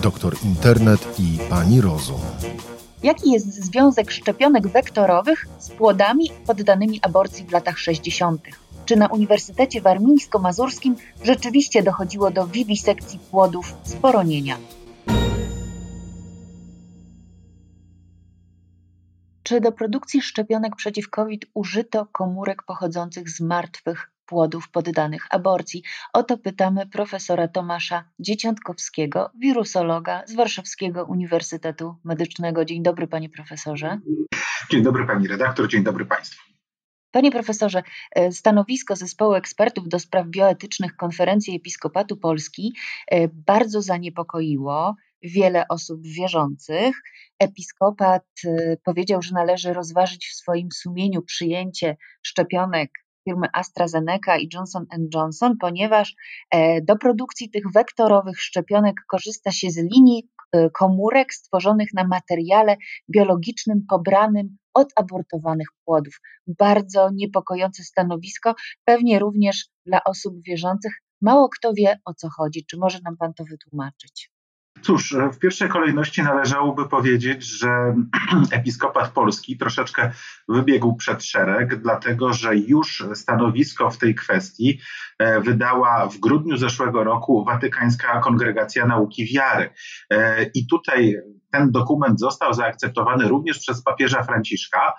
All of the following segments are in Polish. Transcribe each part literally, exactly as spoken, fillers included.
doktor Internet i pani Rozum. Jaki jest związek szczepionek wektorowych z płodami poddanymi aborcji w latach sześćdziesiątych? Czy na Uniwersytecie Warmińsko-Mazurskim rzeczywiście dochodziło do wiwisekcji płodów z poronienia? Czy do produkcji szczepionek przeciw COVID użyto komórek pochodzących z martwych płodów poddanych aborcji? O to pytamy profesora Tomasza Dzieciątkowskiego, wirusologa z Warszawskiego Uniwersytetu Medycznego. Dzień dobry, panie profesorze. Dzień dobry, pani redaktor, dzień dobry państwu. Panie profesorze, stanowisko Zespołu Ekspertów do Spraw Bioetycznych Konferencji Episkopatu Polski bardzo zaniepokoiło wiele osób wierzących. Episkopat powiedział, że należy rozważyć w swoim sumieniu przyjęcie szczepionek firmy AstraZeneca i Johnson and Johnson, ponieważ do produkcji tych wektorowych szczepionek korzysta się z linii komórek stworzonych na materiale biologicznym pobranym od abortowanych płodów. Bardzo niepokojące stanowisko, pewnie również dla osób wierzących. Mało kto wie, o co chodzi. Czy może nam pan to wytłumaczyć? Cóż, w pierwszej kolejności należałoby powiedzieć, że Episkopat Polski troszeczkę wybiegł przed szereg, dlatego że już stanowisko w tej kwestii wydała w grudniu zeszłego roku Watykańska Kongregacja Nauki Wiary. I tutaj ten dokument został zaakceptowany również przez papieża Franciszka.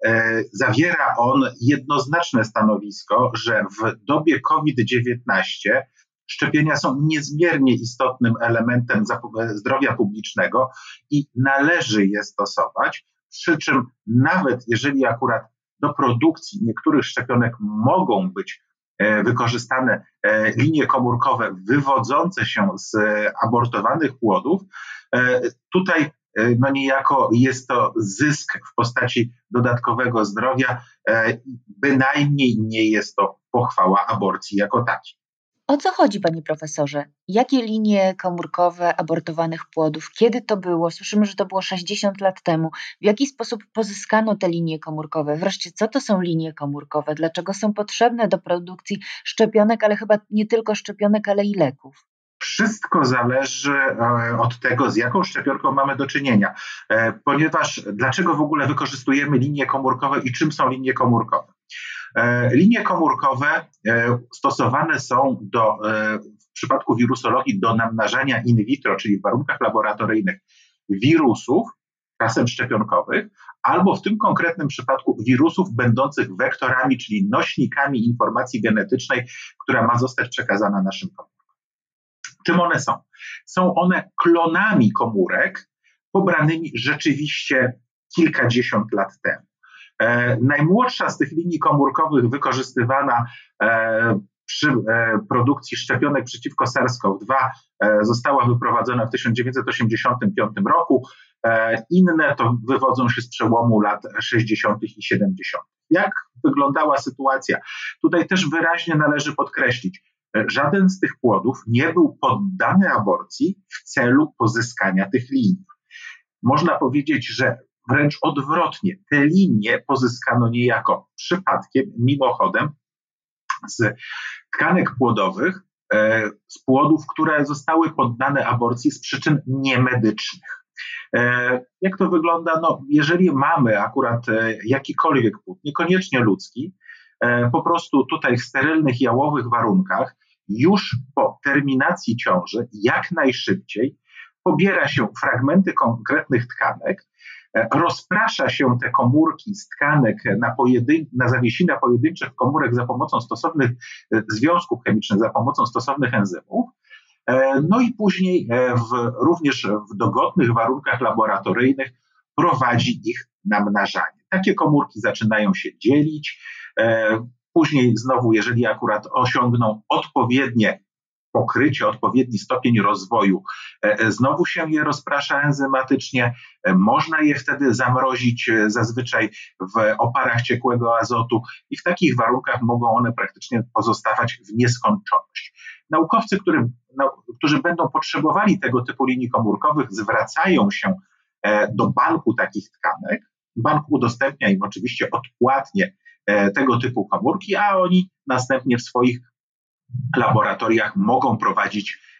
Zawiera on jednoznaczne stanowisko, że w dobie COVID dziewiętnaście szczepienia są niezmiernie istotnym elementem zdrowia publicznego i należy je stosować, przy czym nawet jeżeli akurat do produkcji niektórych szczepionek mogą być wykorzystane linie komórkowe wywodzące się z abortowanych płodów, tutaj no niejako jest to zysk w postaci dodatkowego zdrowia, bynajmniej nie jest to pochwała aborcji jako takiej. O co chodzi, panie profesorze? Jakie linie komórkowe abortowanych płodów? Kiedy to było? Słyszymy, że to było sześćdziesiąt lat temu. W jaki sposób pozyskano te linie komórkowe? Wreszcie, co to są linie komórkowe? Dlaczego są potrzebne do produkcji szczepionek, ale chyba nie tylko szczepionek, ale i leków? Wszystko zależy od tego, z jaką szczepionką mamy do czynienia. Ponieważ dlaczego w ogóle wykorzystujemy linie komórkowe i czym są linie komórkowe? Linie komórkowe stosowane są do, w przypadku wirusologii do namnażania in vitro, czyli w warunkach laboratoryjnych wirusów, czasem szczepionkowych, albo w tym konkretnym przypadku wirusów będących wektorami, czyli nośnikami informacji genetycznej, która ma zostać przekazana naszym komórkom. Czym one są? Są one klonami komórek pobranymi rzeczywiście kilkadziesiąt lat temu. E, najmłodsza z tych linii komórkowych wykorzystywana e, przy e, produkcji szczepionek przeciwko SARS-CoV dwa e, została wyprowadzona w tysiąc dziewięćset osiemdziesiątym piątym roku. E, inne to wywodzą się z przełomu lat sześćdziesiątych i siedemdziesiątych. Jak wyglądała sytuacja? Tutaj też wyraźnie należy podkreślić, żaden z tych płodów nie był poddany aborcji w celu pozyskania tych linii. Można powiedzieć, że wręcz odwrotnie, te linie pozyskano niejako przypadkiem, mimochodem z tkanek płodowych, z płodów, które zostały poddane aborcji z przyczyn niemedycznych. Jak to wygląda? No, jeżeli mamy akurat jakikolwiek płód, niekoniecznie ludzki, po prostu tutaj w sterylnych, jałowych warunkach, już po terminacji ciąży, jak najszybciej pobiera się fragmenty konkretnych tkanek, rozprasza się te komórki z tkanek na, pojedyn- na zawiesina pojedynczych komórek za pomocą stosownych związków chemicznych, za pomocą stosownych enzymów, no i później w, również w dogodnych warunkach laboratoryjnych prowadzi ich namnażanie. Takie komórki zaczynają się dzielić, później znowu, jeżeli akurat osiągną odpowiednie pokrycie, odpowiedni stopień rozwoju, znowu się je rozprasza enzymatycznie, można je wtedy zamrozić zazwyczaj w oparach ciekłego azotu i w takich warunkach mogą one praktycznie pozostawać w nieskończoność. Naukowcy, który, no, którzy będą potrzebowali tego typu linii komórkowych, zwracają się do banku takich tkanek. Bank udostępnia im oczywiście odpłatnie tego typu komórki, a oni następnie w swoich laboratoriach mogą prowadzić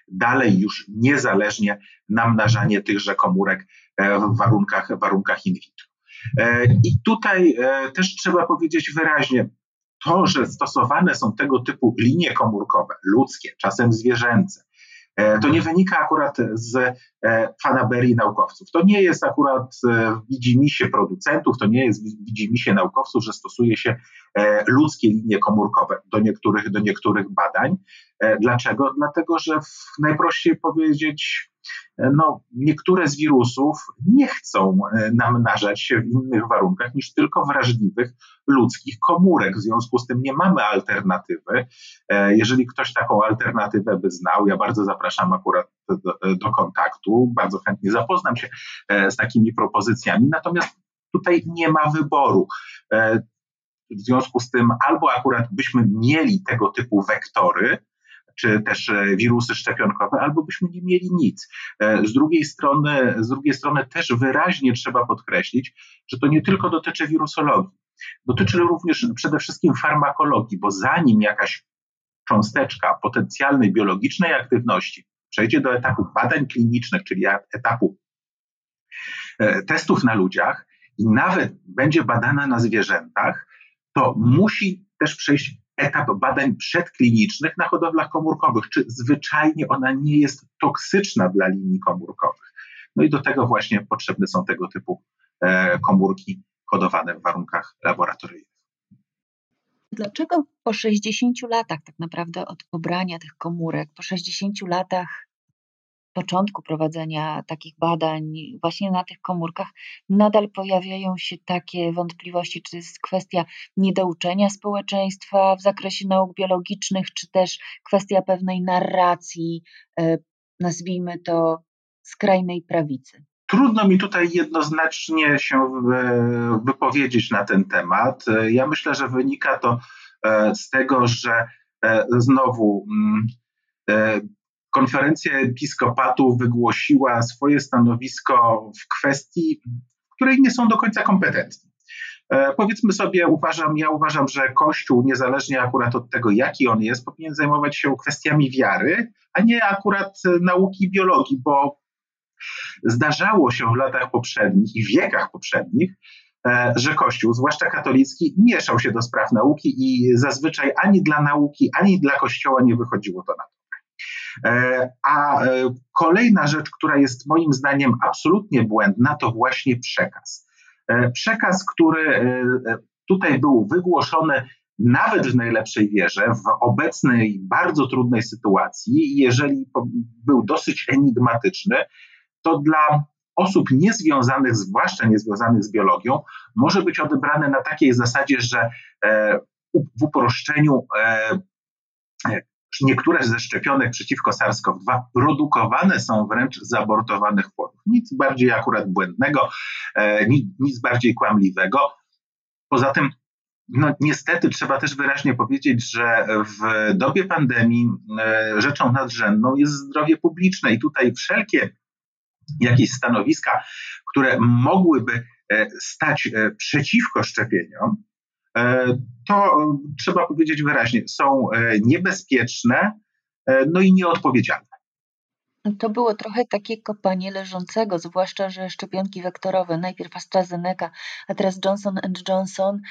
dalej już niezależnie namnażanie tychże komórek w warunkach, warunkach in vitro. I tutaj też trzeba powiedzieć wyraźnie, to, że stosowane są tego typu linie komórkowe, ludzkie, czasem zwierzęce, to nie wynika akurat z fanaberii naukowców. To nie jest akurat w widzimisię producentów, to nie jest w widzimisię naukowców, że stosuje się ludzkie linie komórkowe do niektórych, do niektórych badań. Dlaczego? Dlatego, że w, najprościej powiedzieć, no, niektóre z wirusów nie chcą namnażać się w innych warunkach niż tylko wrażliwych ludzkich komórek. W związku z tym nie mamy alternatywy. Jeżeli ktoś taką alternatywę by znał, ja bardzo zapraszam akurat do, do kontaktu, bardzo chętnie zapoznam się z takimi propozycjami, natomiast tutaj nie ma wyboru. W związku z tym albo akurat byśmy mieli tego typu wektory, czy też wirusy szczepionkowe, albo byśmy nie mieli nic. Z drugiej strony, z drugiej strony też wyraźnie trzeba podkreślić, że to nie tylko dotyczy wirusologii. Dotyczy również przede wszystkim farmakologii, bo zanim jakaś cząsteczka potencjalnej biologicznej aktywności przejdzie do etapu badań klinicznych, czyli etapu testów na ludziach i nawet będzie badana na zwierzętach, to musi też przejść etap badań przedklinicznych na hodowlach komórkowych, czy zwyczajnie ona nie jest toksyczna dla linii komórkowych. No i do tego właśnie potrzebne są tego typu komórki hodowane w warunkach laboratoryjnych. Dlaczego po sześćdziesięciu latach tak naprawdę od pobrania tych komórek, po sześćdziesięciu latach początku prowadzenia takich badań właśnie na tych komórkach nadal pojawiają się takie wątpliwości, czy jest kwestia niedouczenia społeczeństwa w zakresie nauk biologicznych, czy też kwestia pewnej narracji, nazwijmy to skrajnej prawicy? Trudno mi tutaj jednoznacznie się wypowiedzieć na ten temat. Ja myślę, że wynika to z tego, że znowu Konferencja Episkopatu wygłosiła swoje stanowisko w kwestii, w której nie są do końca kompetentni. E, powiedzmy sobie, uważam, ja uważam, że Kościół, niezależnie akurat od tego, jaki on jest, powinien zajmować się kwestiami wiary, a nie akurat nauki biologii, bo zdarzało się w latach poprzednich i wiekach poprzednich, e, że Kościół, zwłaszcza katolicki, mieszał się do spraw nauki i zazwyczaj ani dla nauki, ani dla Kościoła nie wychodziło to na to. A kolejna rzecz, która jest moim zdaniem absolutnie błędna, to właśnie przekaz. Przekaz, który tutaj był wygłoszony nawet w najlepszej wierze, w obecnej bardzo trudnej sytuacji, jeżeli był dosyć enigmatyczny, to dla osób niezwiązanych, zwłaszcza niezwiązanych z biologią, może być odebrane na takiej zasadzie, że w uproszczeniu niektóre ze szczepionek przeciwko SARS-CoV dwa produkowane są wręcz z abortowanych płodów. Nic bardziej akurat błędnego, nic, nic bardziej kłamliwego. Poza tym, no niestety trzeba też wyraźnie powiedzieć, że w dobie pandemii rzeczą nadrzędną jest zdrowie publiczne i tutaj wszelkie jakieś stanowiska, które mogłyby stać przeciwko szczepieniom, to trzeba powiedzieć wyraźnie, są niebezpieczne, no i nieodpowiedzialne. To było trochę takie kopanie leżącego, zwłaszcza, że szczepionki wektorowe, najpierw AstraZeneca, a teraz Johnson and Johnson,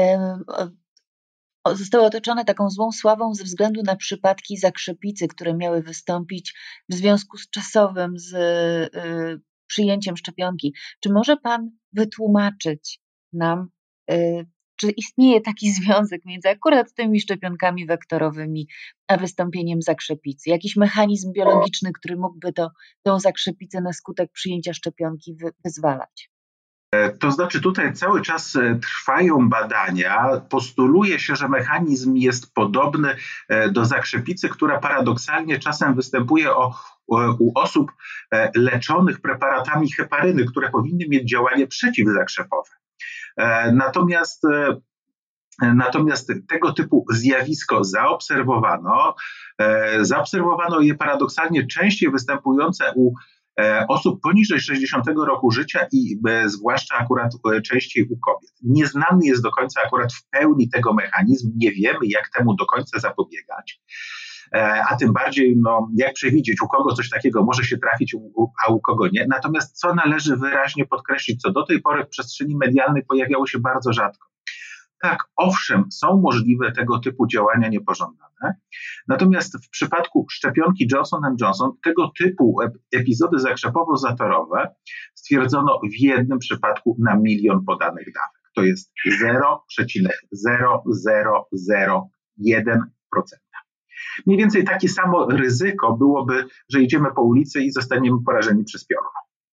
zostały otoczone taką złą sławą ze względu na przypadki zakrzepicy, które miały wystąpić w związku z czasowym, z y, przyjęciem szczepionki. Czy może Pan wytłumaczyć nam, y, czy istnieje taki związek między akurat tymi szczepionkami wektorowymi a wystąpieniem zakrzepicy? Jakiś mechanizm biologiczny, który mógłby to, tą zakrzepicę na skutek przyjęcia szczepionki wy, wyzwalać? To znaczy tutaj cały czas trwają badania. Postuluje się, że mechanizm jest podobny do zakrzepicy, która paradoksalnie czasem występuje o, u osób leczonych preparatami heparyny, które powinny mieć działanie przeciwzakrzepowe. Natomiast, natomiast tego typu zjawisko zaobserwowano. Zaobserwowano je paradoksalnie częściej występujące u osób poniżej sześćdziesiątego roku życia i zwłaszcza akurat częściej u kobiet. Nieznany jest do końca akurat w pełni tego mechanizm, nie wiemy, jak temu do końca zapobiegać. a tym bardziej no, jak przewidzieć, u kogo coś takiego może się trafić, a u kogo nie. Natomiast co należy wyraźnie podkreślić, co do tej pory w przestrzeni medialnej pojawiało się bardzo rzadko. Tak, owszem, są możliwe tego typu działania niepożądane, natomiast w przypadku szczepionki Johnson and Johnson tego typu epizody zakrzepowo-zatorowe stwierdzono w jednym przypadku na milion podanych dawek. To jest zero przecinek zero zero zero jeden procent. Mniej więcej takie samo ryzyko byłoby, że idziemy po ulicy i zostaniemy porażeni przez piorun.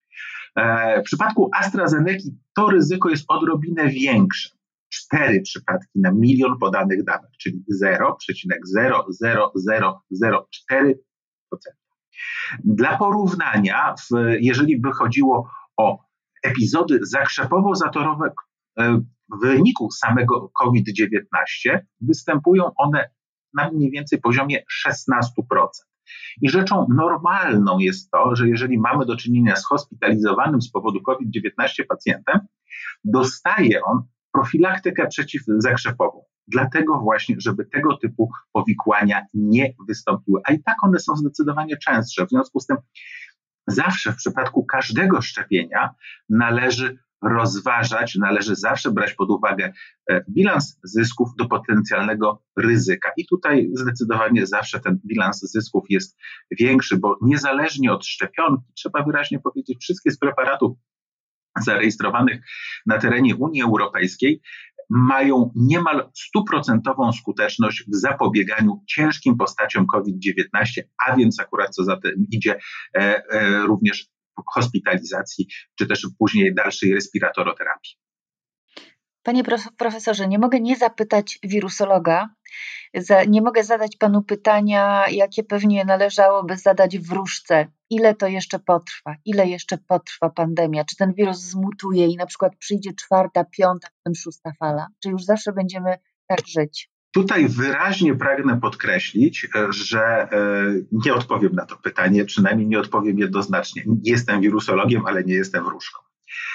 W przypadku AstraZeneki to ryzyko jest odrobinę większe. Cztery przypadki na milion podanych dawek, czyli zero przecinek zero zero zero zero cztery procent. Dla porównania, w, jeżeli by chodziło o epizody zakrzepowo-zatorowe w wyniku samego COVID dziewiętnaście, występują one na mniej więcej poziomie szesnaście procent. I rzeczą normalną jest to, że jeżeli mamy do czynienia z hospitalizowanym z powodu COVID dziewiętnaście pacjentem, dostaje on profilaktykę przeciwzakrzepową. Dlatego właśnie, żeby tego typu powikłania nie wystąpiły. A i tak one są zdecydowanie częstsze. W związku z tym zawsze w przypadku każdego szczepienia należy rozważać, należy zawsze brać pod uwagę bilans zysków do potencjalnego ryzyka. I tutaj zdecydowanie zawsze ten bilans zysków jest większy, bo niezależnie od szczepionki, trzeba wyraźnie powiedzieć, wszystkie z preparatów zarejestrowanych na terenie Unii Europejskiej mają niemal stuprocentową skuteczność w zapobieganiu ciężkim postaciom COVID dziewiętnaście, a więc akurat co za tym idzie e, e, również hospitalizacji, czy też później dalszej respiratoroterapii. Panie profesorze, nie mogę nie zapytać wirusologa, za, nie mogę zadać panu pytania, jakie pewnie należałoby zadać wróżce. Ile to jeszcze potrwa? Ile jeszcze potrwa pandemia? Czy ten wirus zmutuje i na przykład przyjdzie czwarta, piąta, potem szósta fala? Czy już zawsze będziemy tak żyć? Tutaj wyraźnie pragnę podkreślić, że nie odpowiem na to pytanie, przynajmniej nie odpowiem jednoznacznie. Jestem wirusologiem, ale nie jestem wróżką.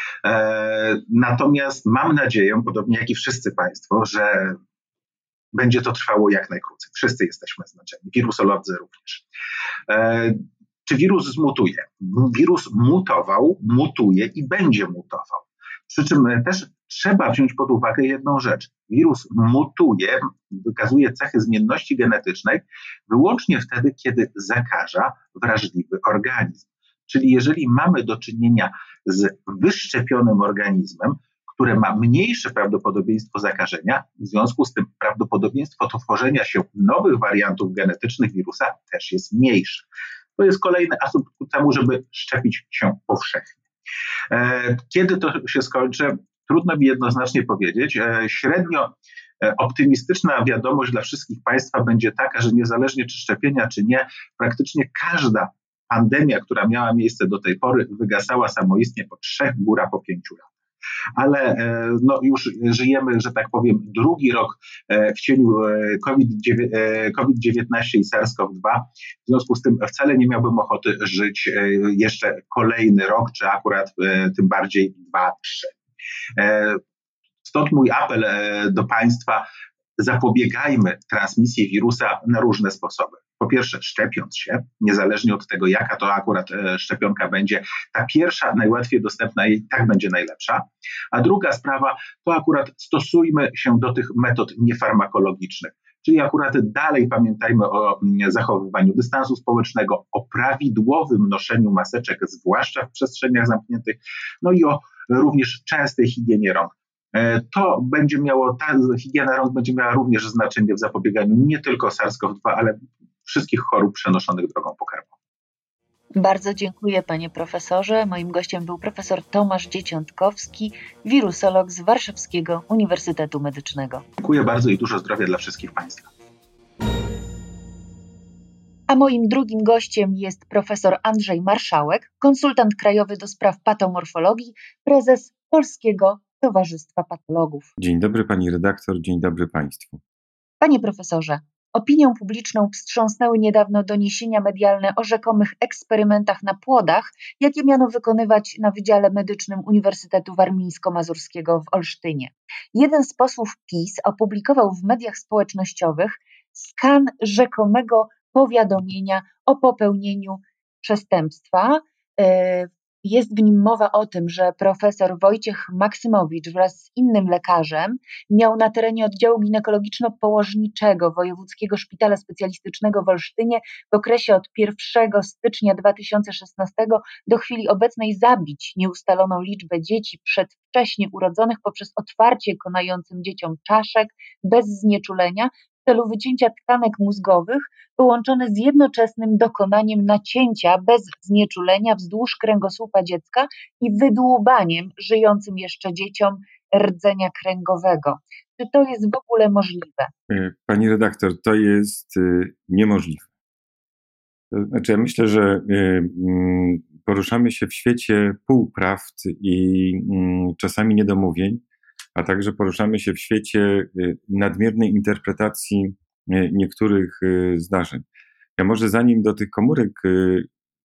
Natomiast mam nadzieję, podobnie jak i wszyscy Państwo, że będzie to trwało jak najkrócej. Wszyscy jesteśmy zmęczeni, wirusolodzy również. Czy wirus zmutuje? Wirus mutował, mutuje i będzie mutował. Przy czym też trzeba wziąć pod uwagę jedną rzecz. Wirus mutuje, wykazuje cechy zmienności genetycznej wyłącznie wtedy, kiedy zakaża wrażliwy organizm. Czyli jeżeli mamy do czynienia z wyszczepionym organizmem, które ma mniejsze prawdopodobieństwo zakażenia, w związku z tym prawdopodobieństwo tworzenia się nowych wariantów genetycznych wirusa też jest mniejsze. To jest kolejny asumpt ku temu, żeby szczepić się powszechnie. Kiedy to się skończy? Trudno mi jednoznacznie powiedzieć. Średnio optymistyczna wiadomość dla wszystkich Państwa będzie taka, że niezależnie czy szczepienia, czy nie, praktycznie każda pandemia, która miała miejsce do tej pory, wygasała samoistnie po trzech, góra po pięciu latach. Ale no, już żyjemy, że tak powiem, drugi rok w cieniu COVID dziewiętnaście i SARS-CoV dwa. W związku z tym wcale nie miałbym ochoty żyć jeszcze kolejny rok, czy akurat tym bardziej dwa, trzy. Stąd mój apel do Państwa: zapobiegajmy transmisji wirusa na różne sposoby. Po pierwsze, szczepiąc się, niezależnie od tego, jaka to akurat szczepionka będzie, ta pierwsza, najłatwiej dostępna i tak będzie najlepsza. A druga sprawa, to akurat stosujmy się do tych metod niefarmakologicznych. Czyli akurat dalej pamiętajmy o zachowywaniu dystansu społecznego, o prawidłowym noszeniu maseczek, zwłaszcza w przestrzeniach zamkniętych, no i o również częstej higienie rąk. To będzie miało, ta higiena rąk będzie miała również znaczenie w zapobieganiu nie tylko SARS-CoV dwa, ale wszystkich chorób przenoszonych drogą pokarmową. Bardzo dziękuję, panie profesorze. Moim gościem był profesor Tomasz Dzieciątkowski, wirusolog z Warszawskiego Uniwersytetu Medycznego. Dziękuję bardzo i dużo zdrowia dla wszystkich Państwa. A moim drugim gościem jest profesor Andrzej Marszałek, konsultant krajowy do spraw patomorfologii, prezes Polskiego Towarzystwa Patologów. Dzień dobry pani redaktor, dzień dobry Państwu. Panie profesorze, opinią publiczną wstrząsnęły niedawno doniesienia medialne o rzekomych eksperymentach na płodach, jakie miano wykonywać na Wydziale Medycznym Uniwersytetu Warmińsko-Mazurskiego w Olsztynie. Jeden z posłów PiS opublikował w mediach społecznościowych skan rzekomego powiadomienia o popełnieniu przestępstwa. Jest w nim mowa o tym, że profesor Wojciech Maksymowicz wraz z innym lekarzem miał na terenie oddziału ginekologiczno-położniczego Wojewódzkiego Szpitala Specjalistycznego w Olsztynie w okresie od pierwszego stycznia dwa tysiące szesnastego do chwili obecnej zabić nieustaloną liczbę dzieci przedwcześnie urodzonych poprzez otwarcie konającym dzieciom czaszek bez znieczulenia w celu wycięcia tkanek mózgowych połączone z jednoczesnym dokonaniem nacięcia bez znieczulenia wzdłuż kręgosłupa dziecka i wydłubaniem żyjącym jeszcze dzieciom rdzenia kręgowego. Czy to jest w ogóle możliwe? Pani redaktor, to jest y, niemożliwe. To znaczy, ja myślę, że y, y, poruszamy się w świecie półprawd i y, czasami niedomówień, a także poruszamy się w świecie y, nadmiernej interpretacji y, niektórych y, zdarzeń. Ja może zanim do tych komórek y,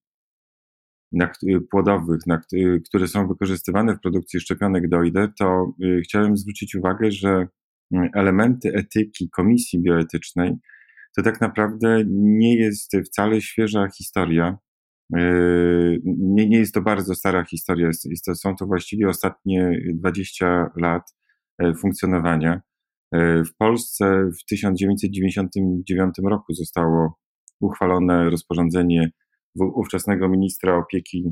na, płodowych, na, które są wykorzystywane w produkcji szczepionek dojdę, to y, chciałem zwrócić uwagę, że elementy etyki Komisji Bioetycznej to tak naprawdę nie jest wcale świeża historia. Y, nie, nie jest to bardzo stara historia, jest, jest to, są to właściwie ostatnie dwadzieścia lat y, funkcjonowania. Y, w Polsce w tysiąc dziewięćset dziewięćdziesiątym dziewiątym roku zostało uchwalone rozporządzenie ówczesnego ministra opieki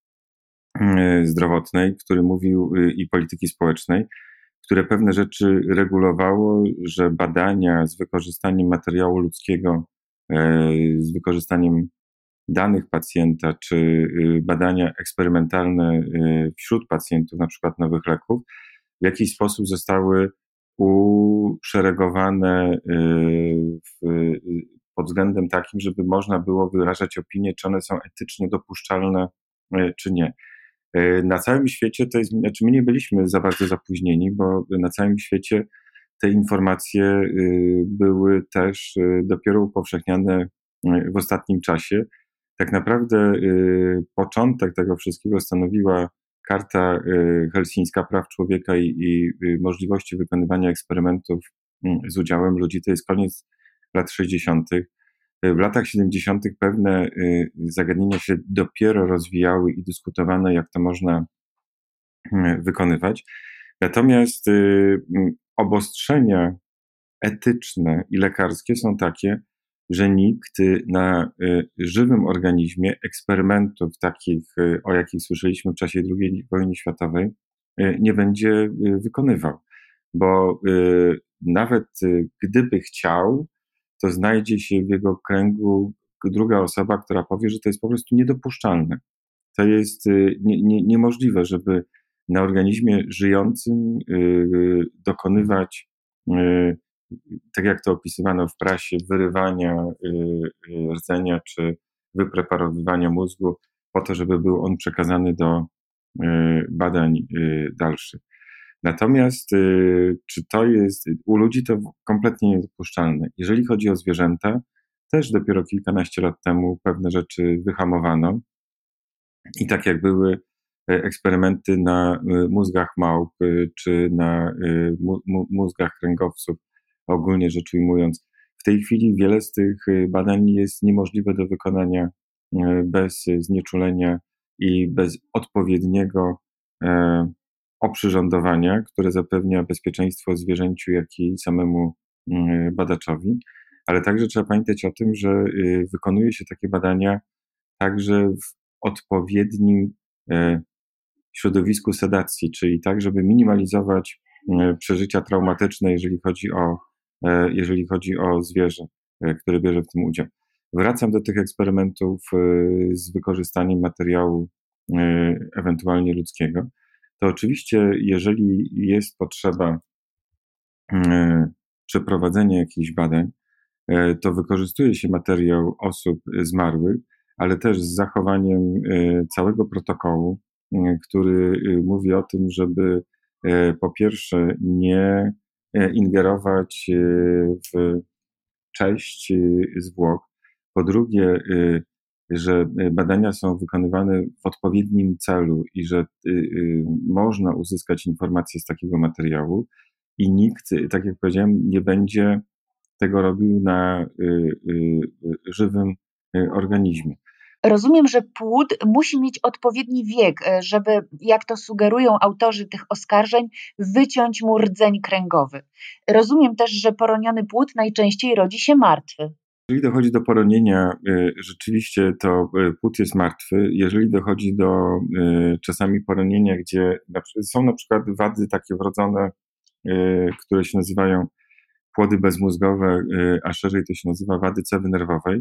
zdrowotnej, który mówił i polityki społecznej, które pewne rzeczy regulowało, że badania z wykorzystaniem materiału ludzkiego, z wykorzystaniem danych pacjenta, czy badania eksperymentalne wśród pacjentów, na przykład nowych leków, w jakiś sposób zostały uszeregowane w pod względem takim, żeby można było wyrażać opinię, czy one są etycznie dopuszczalne, czy nie. Na całym świecie to jest, znaczy my nie byliśmy za bardzo zapóźnieni, bo na całym świecie te informacje były też dopiero upowszechniane w ostatnim czasie. Tak naprawdę początek tego wszystkiego stanowiła Karta Helsińska Praw Człowieka i, i możliwości wykonywania eksperymentów z udziałem ludzi. To jest koniec lat sześćdziesiątych. W latach siedemdziesiątych pewne zagadnienia się dopiero rozwijały i dyskutowano, jak to można wykonywać. Natomiast obostrzenia etyczne i lekarskie są takie, że nikt na żywym organizmie eksperymentów takich, o jakich słyszeliśmy w czasie drugiej wojny światowej, nie będzie wykonywał. Bo nawet gdyby chciał, to znajdzie się w jego kręgu druga osoba, która powie, że to jest po prostu niedopuszczalne. To jest nie, nie, niemożliwe, żeby na organizmie żyjącym dokonywać, tak jak to opisywano w prasie, wyrywania rdzenia czy wypreparowywania mózgu po to, żeby był on przekazany do badań dalszych. Natomiast czy to jest, u ludzi to kompletnie niedopuszczalne. Jeżeli chodzi o zwierzęta, też dopiero kilkanaście lat temu pewne rzeczy wyhamowano i tak jak były eksperymenty na mózgach małp czy na mózgach kręgowców, ogólnie rzecz ujmując, w tej chwili wiele z tych badań jest niemożliwe do wykonania bez znieczulenia i bez odpowiedniego oprzyrządowania, które zapewnia bezpieczeństwo zwierzęciu, jak i samemu badaczowi. Ale także trzeba pamiętać o tym, że wykonuje się takie badania także w odpowiednim środowisku sedacji, czyli tak, żeby minimalizować przeżycia traumatyczne, jeżeli chodzi o, jeżeli chodzi o zwierzę, które bierze w tym udział. Wracam do tych eksperymentów z wykorzystaniem materiału ewentualnie ludzkiego. To oczywiście, jeżeli jest potrzeba przeprowadzenia jakichś badań, to wykorzystuje się materiał osób zmarłych, ale też z zachowaniem całego protokołu, który mówi o tym, żeby po pierwsze nie ingerować w cześć zwłok, po drugie, że badania są wykonywane w odpowiednim celu i że można uzyskać informacje z takiego materiału i nikt, tak jak powiedziałem, nie będzie tego robił na y, y, żywym y, organizmie. Rozumiem, że płód musi mieć odpowiedni wiek, żeby, jak to sugerują autorzy tych oskarżeń, wyciąć mu rdzeń kręgowy. Rozumiem też, że poroniony płód najczęściej rodzi się martwy. Jeżeli dochodzi do poronienia, rzeczywiście to płód jest martwy. Jeżeli dochodzi do czasami poronienia, gdzie są na przykład wady takie wrodzone, które się nazywają płody bezmózgowe, a szerzej to się nazywa wady cewy nerwowej,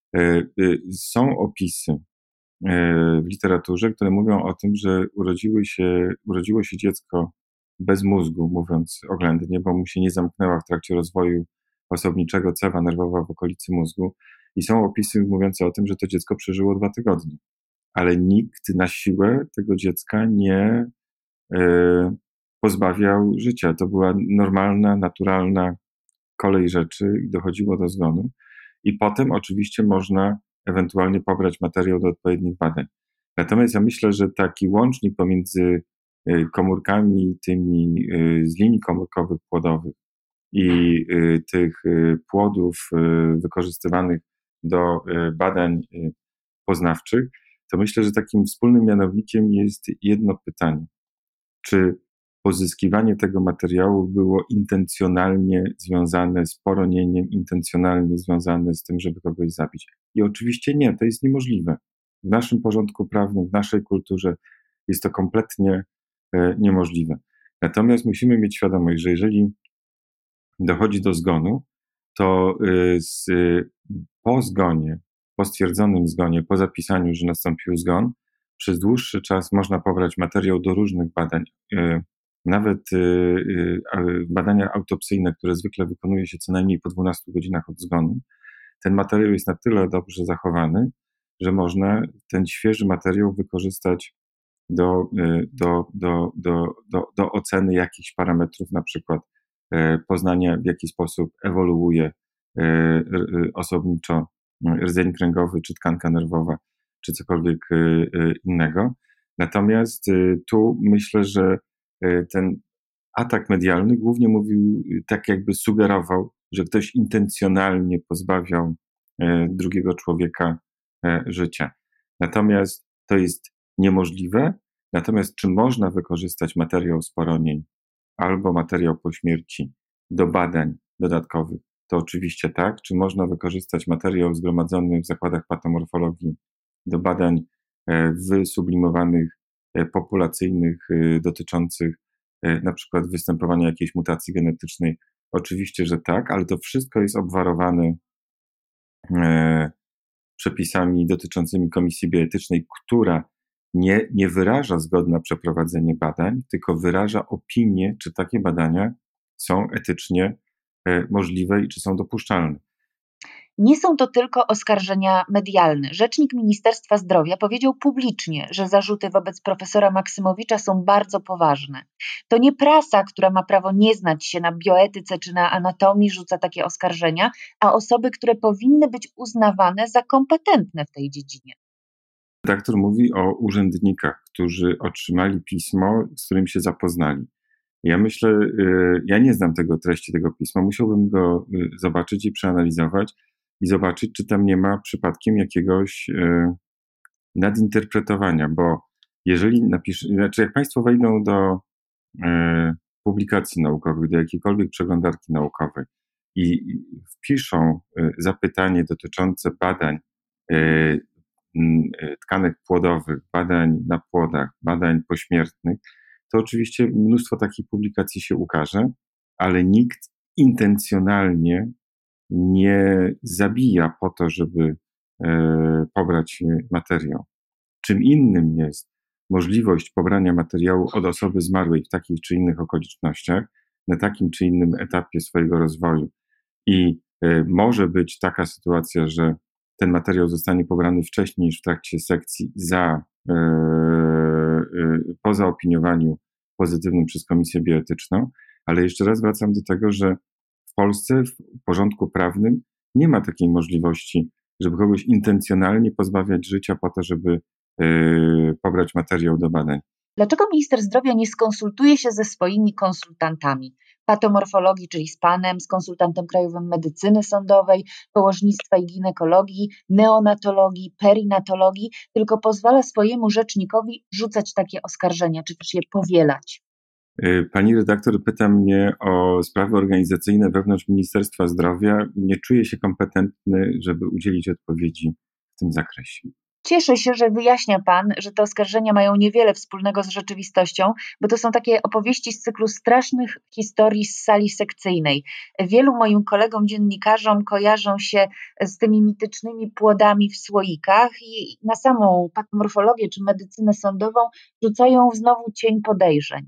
są opisy w literaturze, które mówią o tym, że urodziły się, urodziło się dziecko bez mózgu, mówiąc oględnie, bo mu się nie zamknęła w trakcie rozwoju osobniczego cewa nerwowa w okolicy mózgu. I są opisy mówiące o tym, że to dziecko przeżyło dwa tygodnie. Ale nikt na siłę tego dziecka nie y, pozbawiał życia. To była normalna, naturalna kolej rzeczy i dochodziło do zgonu. I potem oczywiście można ewentualnie pobrać materiał do odpowiednich badań. Natomiast ja myślę, że taki łącznik pomiędzy komórkami tymi z linii komórkowych płodowych i tych płodów wykorzystywanych do badań poznawczych, to myślę, że takim wspólnym mianownikiem jest jedno pytanie. Czy pozyskiwanie tego materiału było intencjonalnie związane z poronieniem, intencjonalnie związane z tym, żeby kogoś zabić? I oczywiście nie, to jest niemożliwe. W naszym porządku prawnym, w naszej kulturze jest to kompletnie e, niemożliwe. Natomiast musimy mieć świadomość, że jeżeli dochodzi do zgonu, to y, z, y, po zgonie, po stwierdzonym zgonie, po zapisaniu, że nastąpił zgon, przez dłuższy czas można pobrać materiał do różnych badań. Y, nawet y, y, badania autopsyjne, które zwykle wykonuje się co najmniej po dwunastu godzinach od zgonu, ten materiał jest na tyle dobrze zachowany, że można ten świeży materiał wykorzystać do, y, do, do, do, do, do oceny jakichś parametrów, na przykład poznania, w jaki sposób ewoluuje osobniczo rdzeń kręgowy, czy tkanka nerwowa, czy cokolwiek innego. Natomiast tu myślę, że ten atak medialny głównie mówił, tak jakby sugerował, że ktoś intencjonalnie pozbawiał drugiego człowieka życia. Natomiast to jest niemożliwe. Natomiast czy można wykorzystać materiał z poronień albo materiał po śmierci do badań dodatkowych? To oczywiście tak. Czy można wykorzystać materiał zgromadzony w zakładach patomorfologii do badań wysublimowanych, populacyjnych, dotyczących na przykład występowania jakiejś mutacji genetycznej? Oczywiście, że tak, ale to wszystko jest obwarowane przepisami dotyczącymi komisji bioetycznej, która nie, nie wyraża zgody na przeprowadzenie badań, tylko wyraża opinię, czy takie badania są etycznie możliwe i czy są dopuszczalne. Nie są to tylko oskarżenia medialne. Rzecznik Ministerstwa Zdrowia powiedział publicznie, że zarzuty wobec profesora Maksymowicza są bardzo poważne. To nie prasa, która ma prawo nie znać się na bioetyce czy na anatomii, rzuca takie oskarżenia, a osoby, które powinny być uznawane za kompetentne w tej dziedzinie. Redaktor mówi o urzędnikach, którzy otrzymali pismo, z którym się zapoznali. Ja myślę, ja nie znam tego treści tego pisma, musiałbym go zobaczyć i przeanalizować i zobaczyć, czy tam nie ma przypadkiem jakiegoś nadinterpretowania, bo jeżeli napisz, znaczy jak Państwo wejdą do publikacji naukowych, do jakiejkolwiek przeglądarki naukowej i wpiszą zapytanie dotyczące badań tkanek płodowych, badań na płodach, badań pośmiertnych, to oczywiście mnóstwo takich publikacji się ukaże, ale nikt intencjonalnie nie zabija po to, żeby e, pobrać materiał. Czym innym jest możliwość pobrania materiału od osoby zmarłej w takich czy innych okolicznościach, na takim czy innym etapie swojego rozwoju. I e, może być taka sytuacja, że ten materiał zostanie pobrany wcześniej niż w trakcie sekcji za, e, e, po zaopiniowaniu pozytywnym przez Komisję Bioetyczną, ale jeszcze raz wracam do tego, że w Polsce w porządku prawnym nie ma takiej możliwości, żeby kogoś intencjonalnie pozbawiać życia po to, żeby e, pobrać materiał do badań. Dlaczego minister zdrowia nie skonsultuje się ze swoimi konsultantami? patomorfologii, czyli z panem, z konsultantem krajowym medycyny sądowej, położnictwa i ginekologii, neonatologii, perinatologii, tylko pozwala swojemu rzecznikowi rzucać takie oskarżenia, czy też je powielać. Pani redaktor pyta mnie o sprawy organizacyjne wewnątrz Ministerstwa Zdrowia. Nie czuję się kompetentny, żeby udzielić odpowiedzi w tym zakresie. Cieszę się, że wyjaśnia Pan, że te oskarżenia mają niewiele wspólnego z rzeczywistością, bo to są takie opowieści z cyklu strasznych historii z sali sekcyjnej. Wielu moim kolegom dziennikarzom kojarzą się z tymi mitycznymi płodami w słoikach i na samą patomorfologię czy medycynę sądową rzucają znowu cień podejrzeń.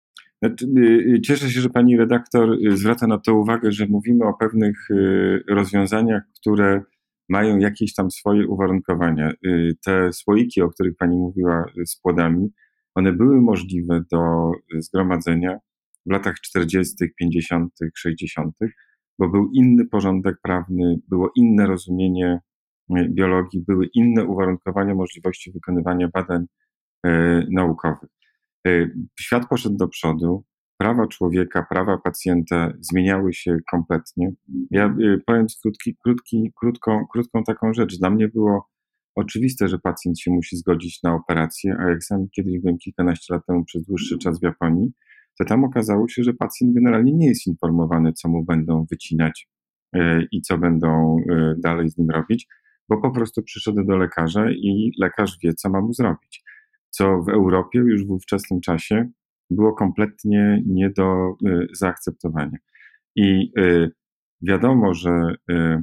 Cieszę się, że pani redaktor zwraca na to uwagę, że mówimy o pewnych rozwiązaniach, które mają jakieś tam swoje uwarunkowania. Te słoiki, o których pani mówiła z płodami, one były możliwe do zgromadzenia w latach czterdziestych, pięćdziesiątych, sześćdziesiątych, bo był inny porządek prawny, było inne rozumienie biologii, były inne uwarunkowania możliwości wykonywania badań naukowych. Świat poszedł do przodu, prawa człowieka, prawa pacjenta zmieniały się kompletnie. Ja powiem krótki, krótki, krótką, krótką taką rzecz. Dla mnie było oczywiste, że pacjent się musi zgodzić na operację, a jak sam kiedyś byłem kilkanaście lat temu przez dłuższy czas w Japonii, to tam okazało się, że pacjent generalnie nie jest informowany, co mu będą wycinać i co będą dalej z nim robić, bo po prostu przyszedł do lekarza i lekarz wie, co ma mu zrobić. Co w Europie już w ówczesnym czasie było kompletnie nie do y, zaakceptowania. I y, wiadomo, że y,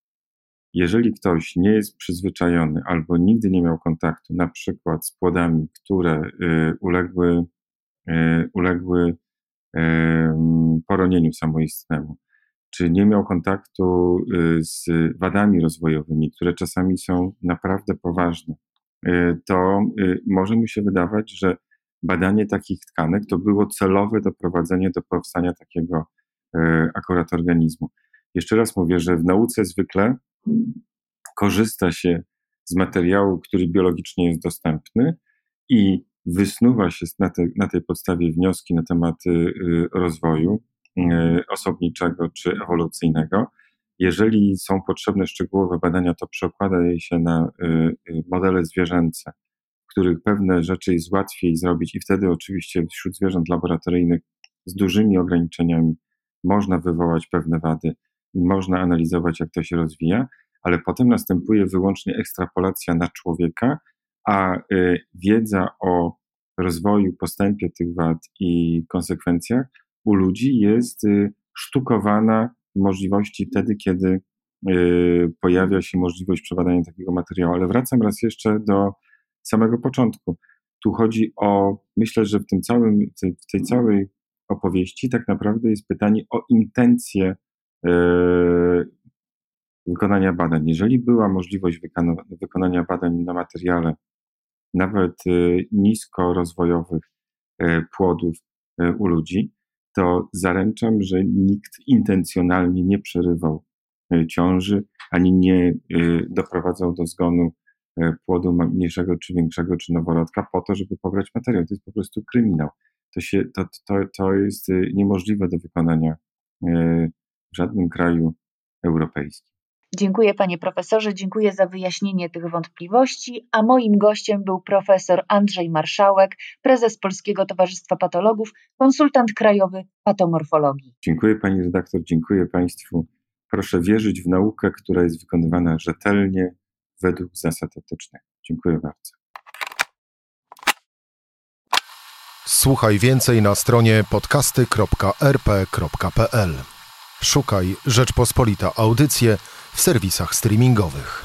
jeżeli ktoś nie jest przyzwyczajony albo nigdy nie miał kontaktu na przykład z płodami, które y, uległy, y, uległy y, poronieniu samoistnemu, czy nie miał kontaktu y, z wadami rozwojowymi, które czasami są naprawdę poważne, to może mi się wydawać, że badanie takich tkanek to było celowe doprowadzenie do powstania takiego akurat organizmu. Jeszcze raz mówię, że w nauce zwykle korzysta się z materiału, który biologicznie jest dostępny i wysnuwa się na, te, na tej podstawie wnioski na temat rozwoju osobniczego czy ewolucyjnego. Jeżeli są potrzebne szczegółowe badania, to przekłada je się na modele zwierzęce, w których pewne rzeczy jest łatwiej zrobić i wtedy oczywiście wśród zwierząt laboratoryjnych z dużymi ograniczeniami można wywołać pewne wady i można analizować, jak to się rozwija, ale potem następuje wyłącznie ekstrapolacja na człowieka, a wiedza o rozwoju, postępie tych wad i konsekwencjach u ludzi jest sztukowana możliwości wtedy, kiedy y, pojawia się możliwość przebadania takiego materiału. Ale wracam raz jeszcze do samego początku. Tu chodzi o, myślę, że w tym całym, tej, w tej całej opowieści tak naprawdę jest pytanie o intencję y, wykonania badań. Jeżeli była możliwość wykona, wykonania badań na materiale nawet y, niskorozwojowych y, płodów y, u ludzi, to zaręczam, że nikt intencjonalnie nie przerywał ciąży, ani nie doprowadzał do zgonu płodu mniejszego czy większego, czy noworodka po to, żeby pobrać materiał. To jest po prostu kryminał. To, się, to, to, to jest niemożliwe do wykonania w żadnym kraju europejskim. Dziękuję panie profesorze, dziękuję za wyjaśnienie tych wątpliwości, a moim gościem był profesor Andrzej Marszałek, prezes Polskiego Towarzystwa Patologów, konsultant krajowy patomorfologii. Dziękuję pani redaktor, dziękuję państwu. Proszę wierzyć w naukę, która jest wykonywana rzetelnie według zasad etycznych. Dziękuję bardzo. Słuchaj więcej na stronie podcasty kropka er pe kropka pe el. Szukaj Rzeczpospolita Audycje w serwisach streamingowych.